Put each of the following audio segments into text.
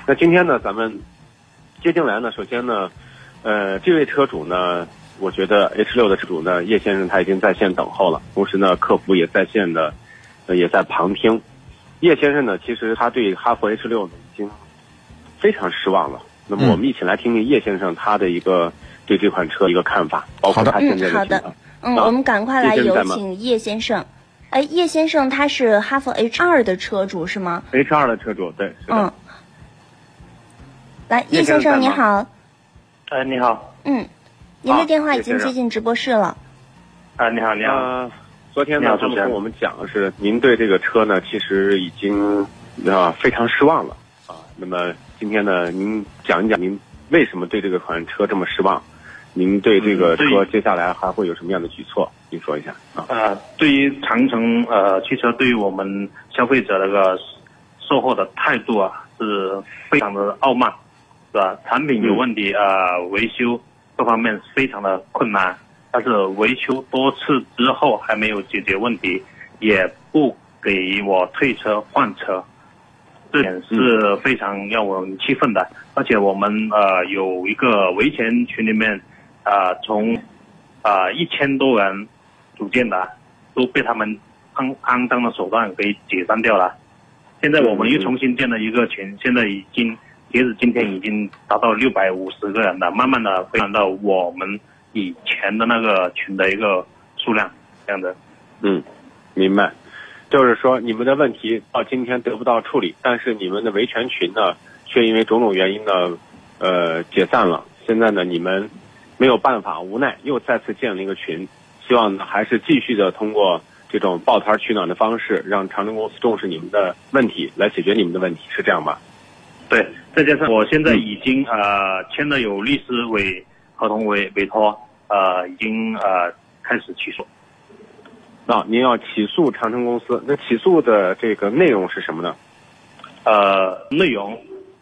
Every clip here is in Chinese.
那今天呢，咱们接进来呢，首先呢，这位车主呢，我觉得 H6的车主呢，叶先生他已经在线等候了，同时呢，客服也在线的，也在旁听。叶先生呢，其实他对哈弗 H6 已经非常失望了。那么我们一起来听听叶先生他的一个对这款车一个看法，包括他现在的情况。 好的，我们赶快来有请叶先生。叶先生他是哈弗 H2 的车主是吗 ？H2 的车主，对，是的。 来，叶先生你好。 你好。 您的电话已经接进直播室了。 你好，你好。 昨天呢，他们跟我们讲的是，您对这个车呢，其实已经非常失望了啊。那么今天呢，您讲一讲您为什么对这个款车这么失望？您对这个车接下来还会有什么样的举措？您说一下啊。 对于长城汽车对于我们消费者那个售后的态度啊，是非常的傲慢，是吧？产品有问题维修各方面非常的困难，但是维修多次之后还没有解决问题，也不给我退车换车，这点是非常让我们气愤的。而且我们有一个维权群里面从1000多人组建的，都被他们肮脏的手段给解散掉了。现在我们又重新建了一个群，现在已经截止今天已经达到650个人了，慢慢的回到我们以前的那个群的一个数量，这样的。 明白。就是说你们的问题到今天得不到处理，但是你们的维权群呢，却因为种种原因呢，解散了。现在呢，你们没有办法，无奈又再次建了一个群，希望呢还是继续的通过这种抱团取暖的方式，让长城公司重视你们的问题，来解决你们的问题，是这样吧？ 对，再加上我现在已经签了有律师合同委托，已经开始起诉。 您要起诉长城公司，那起诉的这个内容是什么呢？ 内容，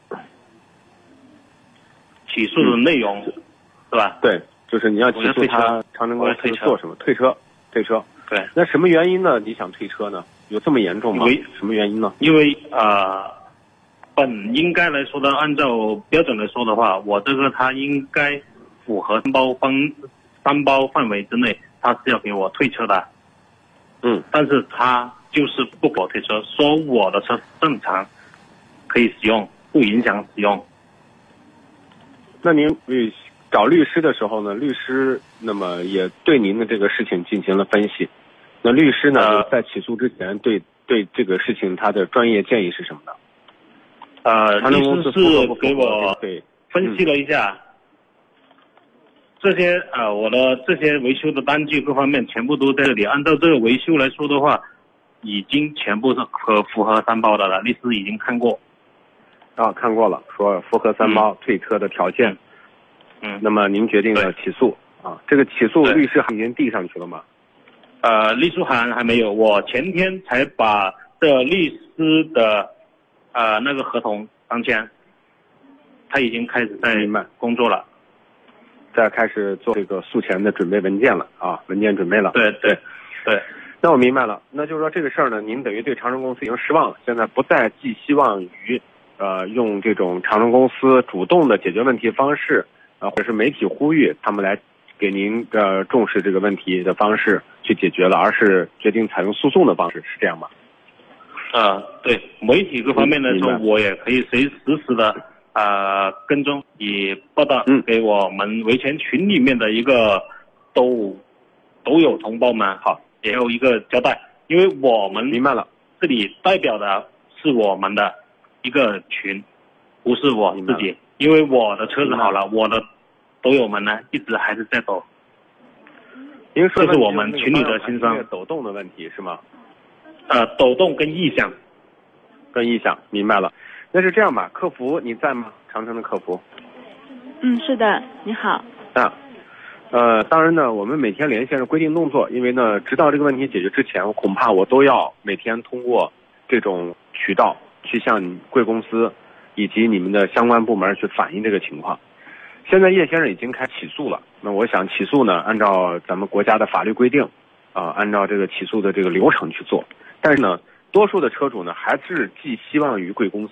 起诉的内容，是吧？ 对，就是你要起诉他长城公司做什么？退车。 对。 那什么原因呢？你想退车呢？有这么严重吗？什么原因呢？ 因为本应该来说的，按照标准来说的话，我这个他应该符合三包范围之内，他是要给我退车的。但是他就是不给我退车，说我的车正常可以使用，不影响使用。 那您找律师的时候呢，律师那么也对您的这个事情进行了分析。那律师呢，在起诉之前对这个事情他的专业建议是什么呢？ 律师是给我分析了一下这些我的这些维修的单据各方面全部都在这里。按照这个维修来说的话，已经全部是符合三包的了。律师已经看过。 看过了，说符合三包退车的条件。那么您决定了起诉这个起诉律师函已经递上去了吗？ 律师函还没有，我前天才把这律师的那个合同刚签，他已经开始在工作了， 在开始做这个诉前的准备文件了文件准备了。 对。 那我明白了，那就是说这个事儿呢，您等于对长城公司已经失望了，现在不再寄希望于用这种长城公司主动的解决问题方式或者是媒体呼吁他们来给您重视这个问题的方式去解决了，而是决定采用诉讼的方式，是这样吗？ 对，媒体各方面来说，我也可以实时的跟踪，以报道给我们维权群里面的一个都有同胞们也有一个交代，因为我们明白了， 这里代表的是我们的一个群，不是我自己，因为我的车子好了，我的抖友们呢一直还是在抖。 您说这是我们群里的心声。 抖动的问题是吗？ 抖动跟异响， 明白了。那是这样吧，客服你在吗？长城的客服。 是的，你好。 当然呢，我们每天连线是规定动作，因为呢，直到这个问题解决之前，恐怕我都要每天通过这种渠道去向贵公司以及你们的相关部门去反映这个情况。现在叶先生已经开始起诉了，那我想起诉呢，按照咱们国家的法律规定按照这个起诉的这个流程去做。但是呢，多数的车主呢还是寄希望于贵公司，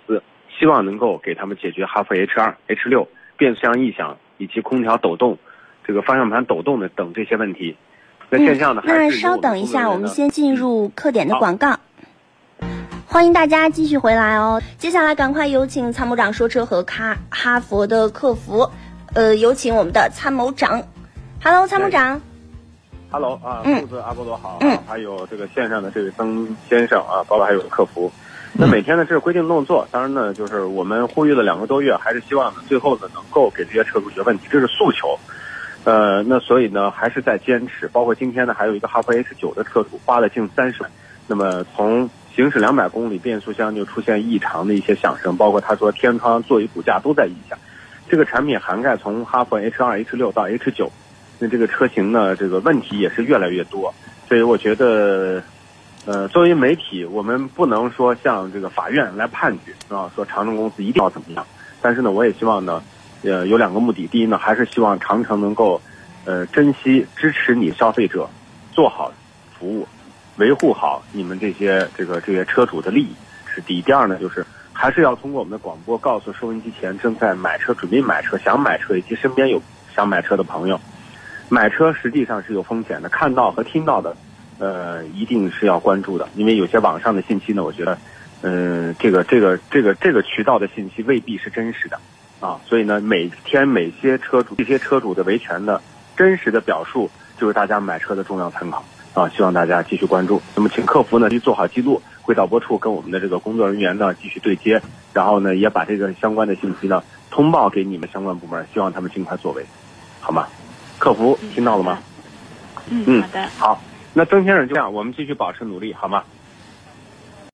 希望能够给他们解决哈弗 H2、H6 变速箱异响以及空调抖动、这个方向盘抖动的等这些问题。那线上呢？ 那稍等一下，我们先进入课点的广告。欢迎大家继续回来哦。接下来赶快有请参谋长说车和哈佛的客服，有请我们的参谋长。Hello， 参谋长。 Hello 啊，兔子阿波罗好啊，还有这个线上的这位曾先生啊，包括还有客服。那每天呢，这是规定动作，当然呢，就是我们呼吁了2个多月，还是希望呢，最后呢能够给这些车主解决问题，这是诉求。那所以呢，还是在坚持。包括今天呢，还有一个哈弗 H9 的车主花了近30万，那么从行驶200公里，变速箱就出现异常的一些响声，包括他说天窗、座椅骨架都在异响。这个产品涵盖从哈弗 H2、H6 到 H9， 那这个车型呢，这个问题也是越来越多。所以我觉得，作为媒体，我们不能说向这个法院来判决啊，说长城公司一定要怎么样。但是呢，我也希望呢，有2个目的。第一呢，还是希望长城能够，珍惜支持你消费者，做好服务，维护好你们这些车主的利益，是第一。第二呢，就是还是要通过我们的广播告诉收音机前正在买车、准备买车、想买车以及身边有想买车的朋友，买车实际上是有风险的，看到和听到的，一定是要关注的，因为有些网上的信息呢，我觉得，这个渠道的信息未必是真实的。啊，所以呢，每天这些车主的维权的真实的表述，就是大家买车的重要参考啊！希望大家继续关注。那么，请客服呢去做好记录，回导播处跟我们的这个工作人员呢继续对接，然后呢也把这个相关的信息呢通报给你们相关部门，希望他们尽快作为，好吗？客服听到了吗？ 好的。 好，那曾先生就这样，我们继续保持努力，好吗？